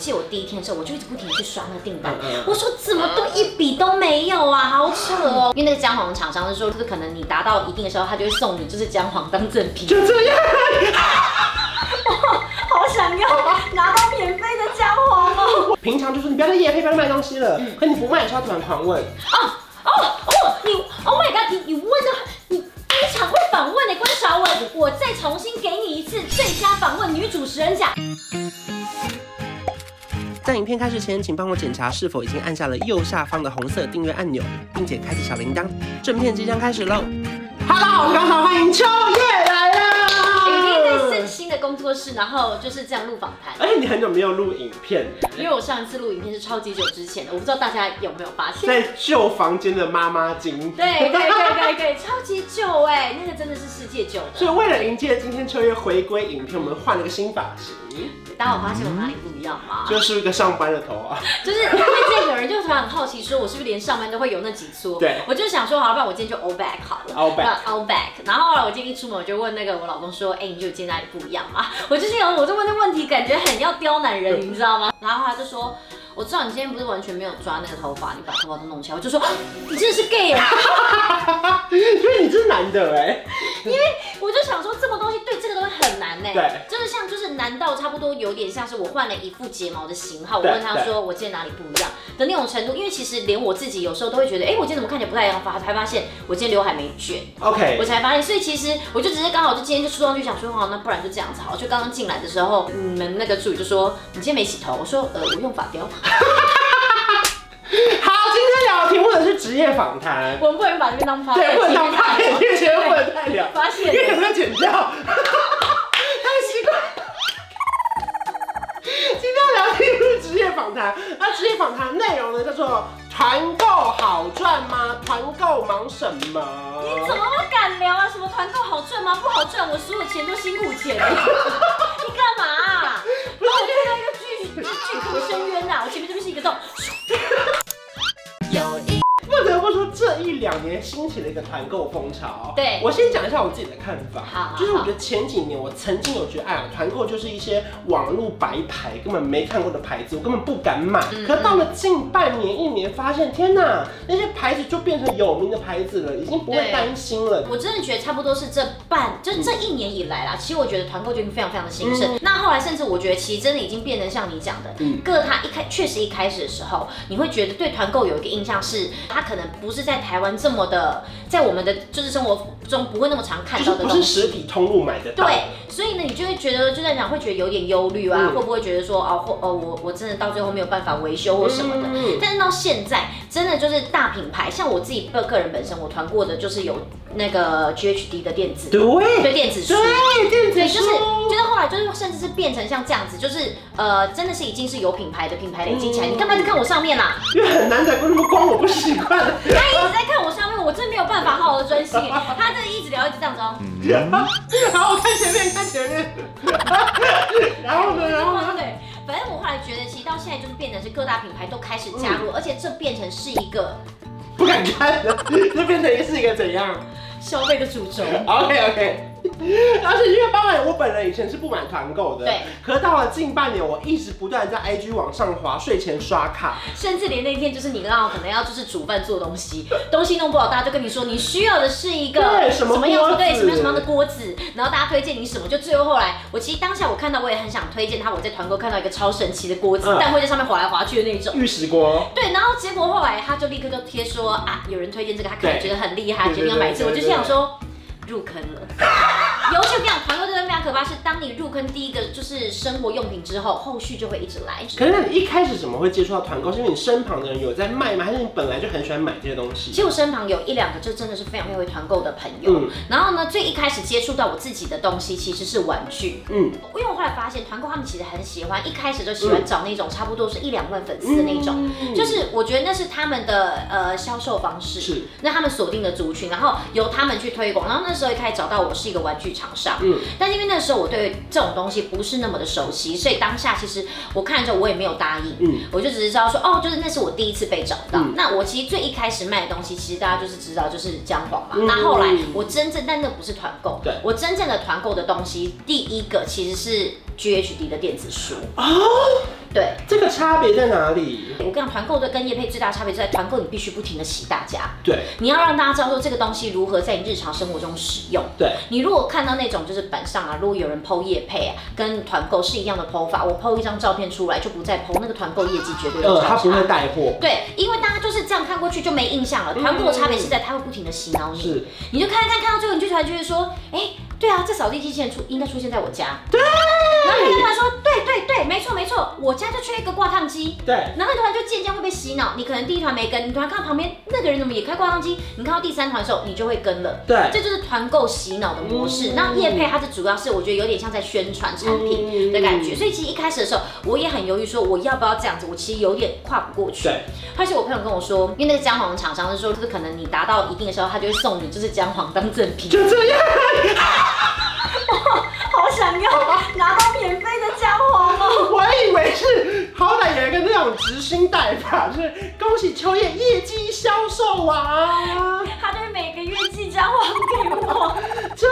记得我第一天的时候，我就一直不停地去刷那个订单，我说怎么都一笔都没有啊，好扯哦。因为那个姜黄厂商是说，就是可能你达到一定的时候，他就会送你就是姜黄当赠品。 就这样。 好想要拿到免费的姜黄哦！ 平常就说你不要在业配不要卖东西了，可你不卖的时候团问。 你 Oh my god， 你问的你非常会访问的关韶文，我再重新给你一次最佳访问女主持人奖。 在影片开始前，请帮我检查是否已经按下了右下方的红色订阅按钮，并且开启小铃铛。正片即将开始喽 ！Hello， 刚好欢迎秋叶来了。 在新的工作室，然后就是这样录访谈。 而且你很久没有录影片， 因为我上一次录影片是超级久之前的，我不知道大家有没有发现。 在旧房间的妈妈经。 对，超级久哎，那个真的是世界久的。 所以为了迎接今天秋叶回归影片，我们换了个新发型。 大家有发现我哪里不一样吗？ 就是一个上班的头啊。 就是因为之前有人就突然很好奇说，我是不是连上班都会有那几撮？ 对， 我就想说，好了，不然我今天就 all back 好了。all back。然后后来我今天一出门，我就问那个我老公说，哎，你觉得今天哪里不一样吗？我就心想，我就问那问题，感觉很要刁难人，你知道吗？然后他就说，我知道你今天不是完全没有抓那个头发，你把头发都弄起来。我就说，你真的是 gay 啊！ 因为你是男的哎。 因为我就想说，这么东西对这个东西很难呢。 对， 就是像就是难到差不多有点像是我换了一副睫毛的型号，我问他说我今天哪里不一样的那种程度。因为其实连我自己有时候都会觉得，哎，我今天怎么看起来不太一样，才发现我今天刘海没卷。 OK， 我才发现，所以其实我就只是刚好就今天就梳妆去想说，好，那不然就这样子好。就刚刚进来的时候，你们那个助理就说你今天没洗头，我说我用发雕。 好，今天聊的题目的是职业访谈。 我们不能把这边当趴， 对，不能当趴，因为前面不能太聊， 发现， 因为可能会剪掉，太习惯。今天要聊的题目是职业访谈，那职业访谈内容呢叫做团购好赚吗？团购忙什么？ 你怎么会敢聊啊？什么团购好赚吗？不好赚，我所有钱都辛苦钱。你干嘛啊？然后我看到一个巨壳深渊呐，我前面这边是一个洞。 不得不说，这1、2年兴起了一个团购风潮。 对， 我先讲一下我自己的看法。 好， 就是我觉得前几年我曾经有觉得，哎呀，团购就是一些网络白牌，根本没看过的牌子，我根本不敢买。可到了近半年、1年，发现天哪，那些牌子就变成有名的牌子了，已经不会担心了。 我真的觉得差不多是就是这1年以来啦，其实我觉得团购就已经非常非常的兴盛。那后来甚至我觉得，其实真的已经变成像你讲的，它确实一开始的时候，你会觉得对团购有一个印象是，它可能不是在台湾这么的，在我们的就是生活中不会那么常看到的东西， 不是实体通路买得到。 对，所以呢，你就会觉得，就在讲会觉得有点忧虑啊，会不会觉得说，我真的到最后没有办法维修或什么的。但是到现在，真的就是大品牌，像我自己个人本身，我团过的就是有那个 GHD 的电子，对电子书， 对电子书， 就是后来就是甚至是变成像这样子，就是真的是已经是有品牌累积起来。你干嘛一直看我上面啦？ 因为很难得，为什么光我不习惯？ 他一直在看我上面，我真没有办法好好的专心。他真的一直聊，一直这样子哦。 好，我看前面，然后呢？ 对，反正我后来觉得，其实到现在就是变成是各大品牌都开始加入，而且这变成是一个不敢看的，这变成是一个怎样消费的主轴。 OK。而且因为包含我本人以前是不买团购的， 对。 可是到了近半年，我一直不断在 IG 往上滑，睡前刷卡， 甚至连那天就是你可能要就是煮饭做东西弄不好，大家就跟你说你需要的是一个什么样的锅子，然后大家推荐你什么，就最后来，我其实当下我看到我也很想推荐他，我在团购看到一个超神奇的锅子，但会在上面滑来滑去的那种玉石锅。 对，然后结果后来他就立刻就贴说啊，有人推荐这个，他可能觉得很厉害，决定要买这个，我就心想说入坑了。尤其我跟你讲，团购真的非常可怕，是当你入坑第一个就是生活用品之后，后续就会一直来。 可是你一开始怎么会接触到团购？是因为你身旁的人有在卖吗？还是你本来就很喜欢买这些东西？ 其实我身旁有1、2个，就真的是非常会团购的朋友。然后呢，最一开始接触到我自己的东西其实是玩具。因为我后来发现团购他们其实很喜欢，一开始就喜欢找那种差不多是1、2万粉丝的那种，就是我觉得那是他们的销售方式，是那他们锁定的族群，然后由他们去推广。然后那时候一开始找到我是一个玩具厂商，但是因为那时候我对这种东西不是那么的熟悉，所以当下其实我看着我也没有答应，我就只是知道说就是那是我第一次被找到。那我其实最一开始卖的东西，其实大家就是知道就是姜黄嘛。那后来我真正，但那不是团购，我真正的团购的东西，第一个其实是 GHD 的电子书。对， 这个差别在哪里？ 我跟你讲，团购的跟业配最大的差别是在团购，你必须不停的洗大家。 对， 你要让大家知道说这个东西如何在你日常生活中使用。 对， 你如果看到那种就是板上啊，如果有人 po 业配啊，跟团购是一样的 po 法，我 po 一张照片出来就不再 po， 那个团购业绩绝对有差。 他不会带货。 对，因为大家就是这样看过去就没印象了。团购的差别是在它会不停的洗脑你， 是， 你就看到最后，你就突然觉得说，对啊，这扫地机器人应该出现在我家。 对。 然后你就突然说，对，没错，我家就缺一个挂烫机。 对。 然后你突然就渐渐会被洗脑，你可能第一团没跟，你突然看到旁边那个人怎么也开挂烫机，你看到第3团的时候，你就会跟了。 对。 这就是团购洗脑的模式。那业配它是主要是我觉得有点像在宣传产品的感觉，所以其实一开始的时候我也很犹豫，说我要不要这样子，我其实有点跨不过去。 对。 而且我朋友跟我说，因为那个姜黄的厂商是说，就是可能你达到一定的时候，他就会送你就是姜黄当赠品。 就这样。 好想要拿到免费的姜黄哦！ 我还以为是好歹有一个那种执行代法，就是恭喜秋叶业绩销售啊！ 他就每个月寄姜黄给我，就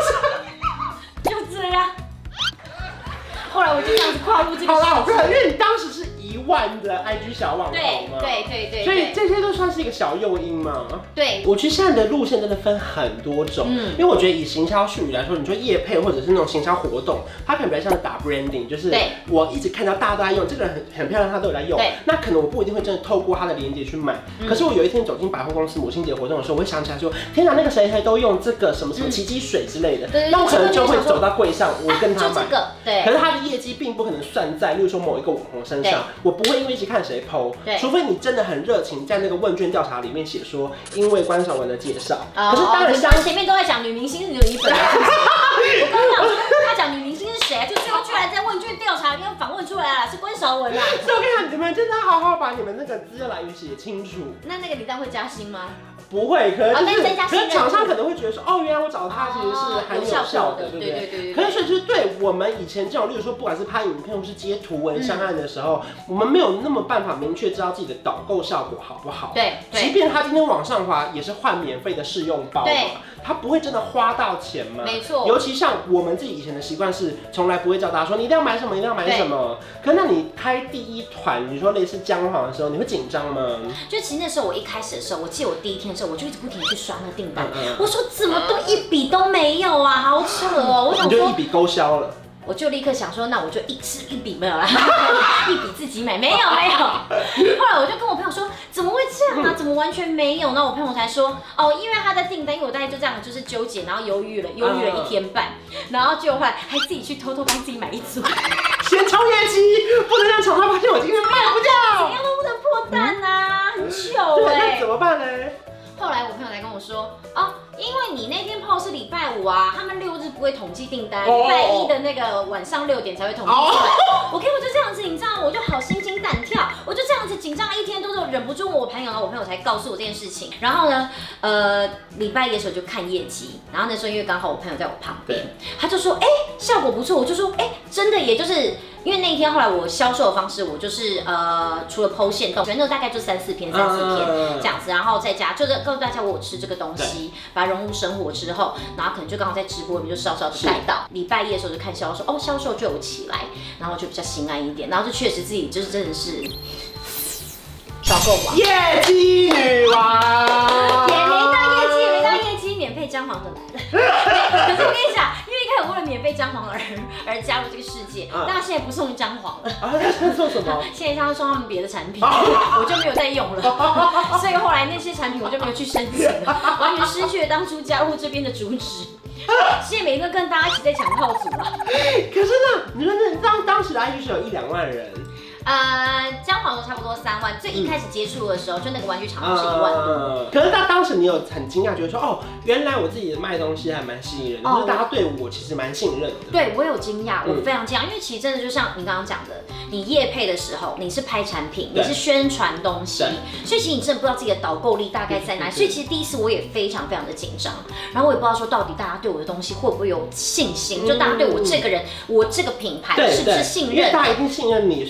这样。后来我就这样子跨入这个。 好啦，我因为你当时是1万的 IG 小网红嘛， 对， 所以这些都算是一个小诱因嘛。 对， 我觉得现在的路线真的分很多种，因为我觉得以行销术语来说，你说业配或者是那种行销活动，它可能比较像是打 branding， 就是我一直看到大家都在用，这个人很漂亮，他都有在用，那可能我不一定会真的透过他的链接去买，可是我有一天走进百货公司母亲节活动的时候，我会想起来说，天哪，那个谁都用这个什么奇迹水之类的，那我可能就会走到柜上，我跟他买， 对， 可是他的业绩并不可能算在，例如说某一个网红身上，我不会因为一直看谁 PO， 除非你真的很热情，在那个问卷调查里面写说，因为关晓雯的介绍，可是当然前面都在讲女明星是你本来是谁，我刚刚讲说他讲女明星是谁，就最后居然在问卷调查里面访问出来了，是关晓雯啦。 所以我跟你讲，你们真的要好好把你们那个资料来源写清楚。 那个李诞会加薪吗？ 不会，可能就是，可是厂商可能会觉得说，原来我找他其实是很有效的，对不对？可是所以就是对我们以前这种，例如说不管是拍影片或是接图文上岸的时候，我们没有那么办法明确知道自己的导购效果好不好。 对， 即便他今天往上滑，也是换免费的试用包嘛，他不会真的花到钱嘛。 没错。 尤其像我们自己以前的习惯是，从来不会叫大家说你一定要买什么，一定要买什么。可是那你开第一团，你说类似姜黄的时候，你会紧张吗？ 就其实那时候我一开始的时候，我记得我第一天的时候，我就一直不停的去刷那个订单，我说怎么都一笔都没有啊，好扯哦！我想说你就一笔勾销了。 我就立刻想说，那我就一笔没有啦，一笔自己买，没有。后来我就跟我朋友说，怎么会这样啊？怎么完全没有？那我朋友才说，因为他的订单，因为我大概就这样就是纠结，然后犹豫了1天半，然后就后来还自己去偷偷帮自己买一组， 先冲业绩，不能让厂商发现我今天卖不掉， 怎样都不能破蛋啊，很糗哎。 那怎么办呢？ 后来我朋友来跟我说，因为你那天PO是礼拜5啊，他们6日不会统计订单，礼拜1的那个晚上6点才会统计出来。我就这样子，你知道，我就好心惊胆跳，我就这样子紧张了1天多，都忍不住问我朋友，然后我朋友才告诉我这件事情。然后呢，礼拜1的时候就看业绩，然后那时候因为刚好我朋友在我旁边，他就说，效果不错，我就说，真的耶，就是因为那一天后来我销售的方式，我就是除了PO限动，觉得那大概就3、4篇这样子，然后再加就是告诉大家我有吃这个东西，把它融入生活之后，然后可能就刚好在直播里面就稍稍的带到。礼拜1的时候就看销售，销售就有起来，然后就比较心安一点，然后就确实自己就是真的是导购王， 业绩女王， 也没到业绩，免费姜黄就来了。可是我跟你讲，因为一开始为了免费姜黄而加入这个世界，但现在不送姜黄了。 现在送什么？现在他送他们别的产品，我就没有再用了。所以后来那些产品我就没有去申请了，完全失去了当初加入这边的主旨。现在每天跟大家一起在抢套组啊。 可是呢，你说那当时的 IG 是有1、2万人。 姜黄都差不多3万，最一开始接触的时候，就那个玩具厂是1万多。 可是当时你有很惊讶，觉得说，原来我自己卖东西还蛮吸引人的，就是大家对我其实蛮信任的。 对，我有惊讶，我非常惊讶，因为其实真的就像你刚刚讲的，你业配的时候，你是拍产品，你是宣传东西，所以其实你真的不知道自己的导购力大概在哪里。所以其实第一次我也非常的紧张，然后我也不知道说到底大家对我的东西会不会有信心，就大家对我这个人，我这个品牌是不是信任？ 大家一定信任你，是不是跟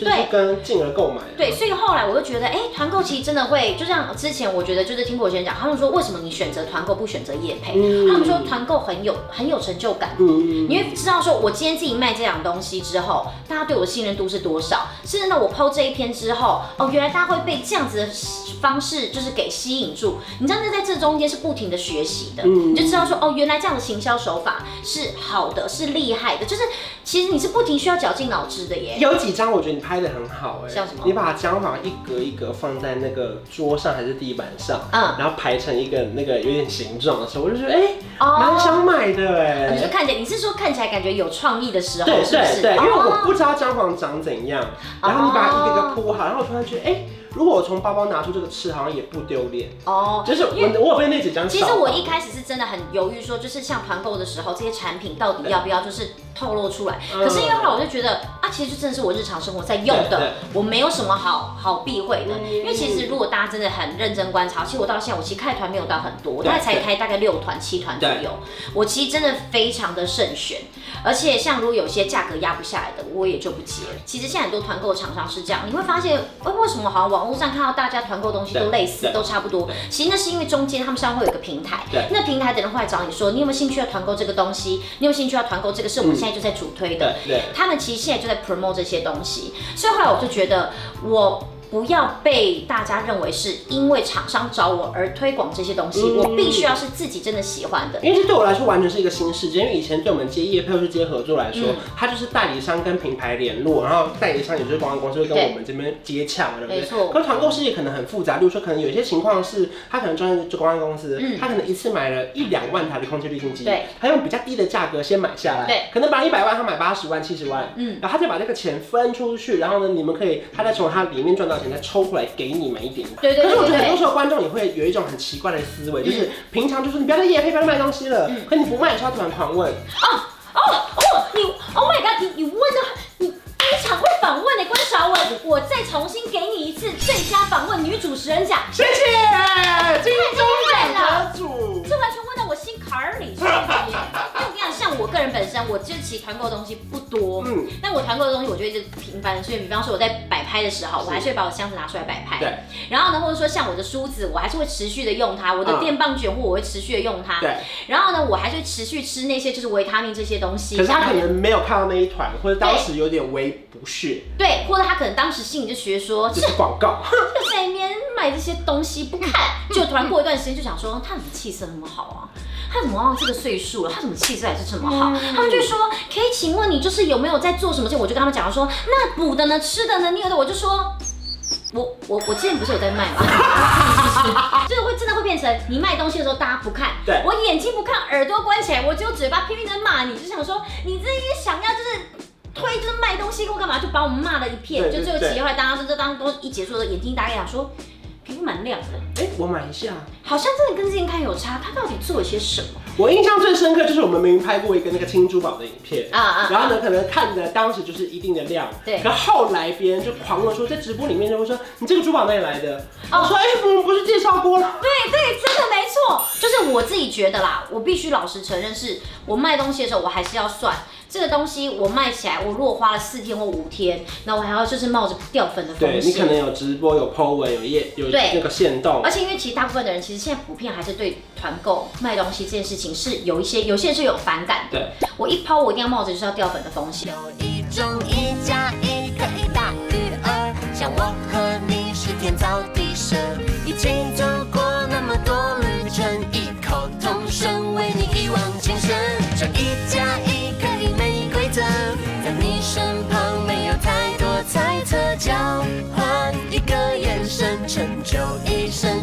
跟进而购买。 对，所以后来我就觉得，团购其实真的会，就像之前我觉得就是听过有些人讲，他们说为什么你选择团购不选择业配？他们说团购很有成就感，你会知道说我今天自己卖这样东西之后，大家对我的信任度是多少，甚至呢我 PO 这一篇之后，原来大家会被这样子的方式就是给吸引住，你知道在这中间是不停的学习的，你就知道说原来这样的行销手法是好的，是厉害的，就是其实你是不停需要绞尽脑汁的耶。 有几张我觉得你拍的很好像什么？ 你把姜黄一格一格放在那个桌上还是地板上，然后排成一个那个有点形状的时候，我就觉得蛮想买的你就看起来，你是说看起来感觉有创意的时候， 对是不是？ 对，因为我不知道姜黄长怎样，然后你把它一个一个铺好，然后我突然觉得如果我从包包拿出这个吃，好像也不丢脸就是我有被那几张。 其实我一开始是真的很犹豫，说就是像团购的时候，这些产品到底要不要就是透露出来。可是因为后来我就觉得其实就真的是我日常生活在用的，我没有什么好避讳的。因为其实如果大家真的很认真观察，其实我到现在我其实开团没有到很多，我大概才开大概6团7团左右。我其实真的非常的慎选，而且像如果有些价格压不下来的，我也就不接。其实现在很多团购厂商是这样，你会发现为什么好像网络上看到大家团购东西都类似，都差不多。其实那是因为中间他们上会有一个平台，那平台的人会来找你说，你有没有兴趣要团购这个东西？你有兴趣要团购这个是我们现在就在主推的。他们其实现在就在 promote 这些东西，所以后来我就觉得我不要被大家认为是因为厂商找我而推广这些东西，我必须要是自己真的喜欢的。 因为这对我来说完全是一个新世界，因为以前对我们接业配或是接合作来说，它就是代理商跟品牌联络，然后代理商也就是广告公司会跟我们这边接洽嘛，对不对？ 没错。 可是团购世界可能很复杂，例如说可能有些情况是，他可能专业就公关公司，他可能一次买了1、2万台的空气滤净机，他用比较低的价格先买下来，可能把100万他买80万、70万，然后他再把这个钱分出去，然后呢，你们可以他再从他里面赚到钱再抽回来给你们一点。 对。 可是我觉得很多时候观众也会有一种很奇怪的思维，就是平常就说你不要再业配，不要再卖东西了，可你不卖的时候他突然狂问。 你 Oh my god， 你问的你非常会访问的关韶文，我再重新给你一次最佳访问女主持人奖， 谢谢，金钟奖得主， 这完全问到我心坎儿里去了耶。因为我跟你讲，像我个人本身，我就其实团购的东西不多，但我团购的东西我就一直频繁的，所以比方说我在摆拍的时候，我还是会把我箱子拿出来摆拍， 对。 然后呢，或者说像我的梳子，我还是会持续的用它，我的电棒卷户我会持续的用它， 对。 然后呢，我还是会持续吃那些就是维他命这些东西。 可是他可能没有看到那一团，或者当时有点微不屑， 对，或者他可能当时心里就觉得说这是广告， 这在里面卖这些东西不看，就突然过一段时间就想说他怎么气色那么好啊？他怎么到这个岁数了，他怎么气色还是这么好？他们就说可以请问你就是有没有在做什么事？我就跟他们讲说，那补的呢，吃的呢，你有的我就说。我之前不是有在卖吗？就是会真的会变成你卖东西的时候大家不看， 对， 我眼睛不看，耳朵关起来，我只有嘴巴拼命的骂你，就想说你这些想要就是推就是卖东西或干嘛，就把我们骂了一片，就最后后来大家都一结束的眼睛打开想说皮肤蛮亮的， 我买一下， 好像真的跟之前看有差，他到底做了些什么？ 我印象最深刻就是我们明明拍过一个那个青珠宝的影片然后呢，可能看的当时就是一定的量， 对。 可后来别人就狂问说，在直播里面就会说，你这个珠宝哪里来的？我说，不是介绍过了？ 对，真的没错，就是我自己觉得啦，我必须老实承认，是我卖东西的时候，我还是要算。这个东西我卖起来，我如果花了4天或5天，那我还要就是冒着掉粉的风险。 对，你可能有直播、有 po 文、有那个限动。 而且因为其实大部分的人其实现在普遍还是对团购卖东西这件事情是有些人是有反感的。 对， 我一抛我一定要冒着就是要掉粉的风险。 有一种1+1可以大于2，像我和你是天造地设，一起走过那么多旅程，异口同声为你一往情深。这1+1可以没规则，在你身旁没有太多猜测，交换一个眼神，成就一生。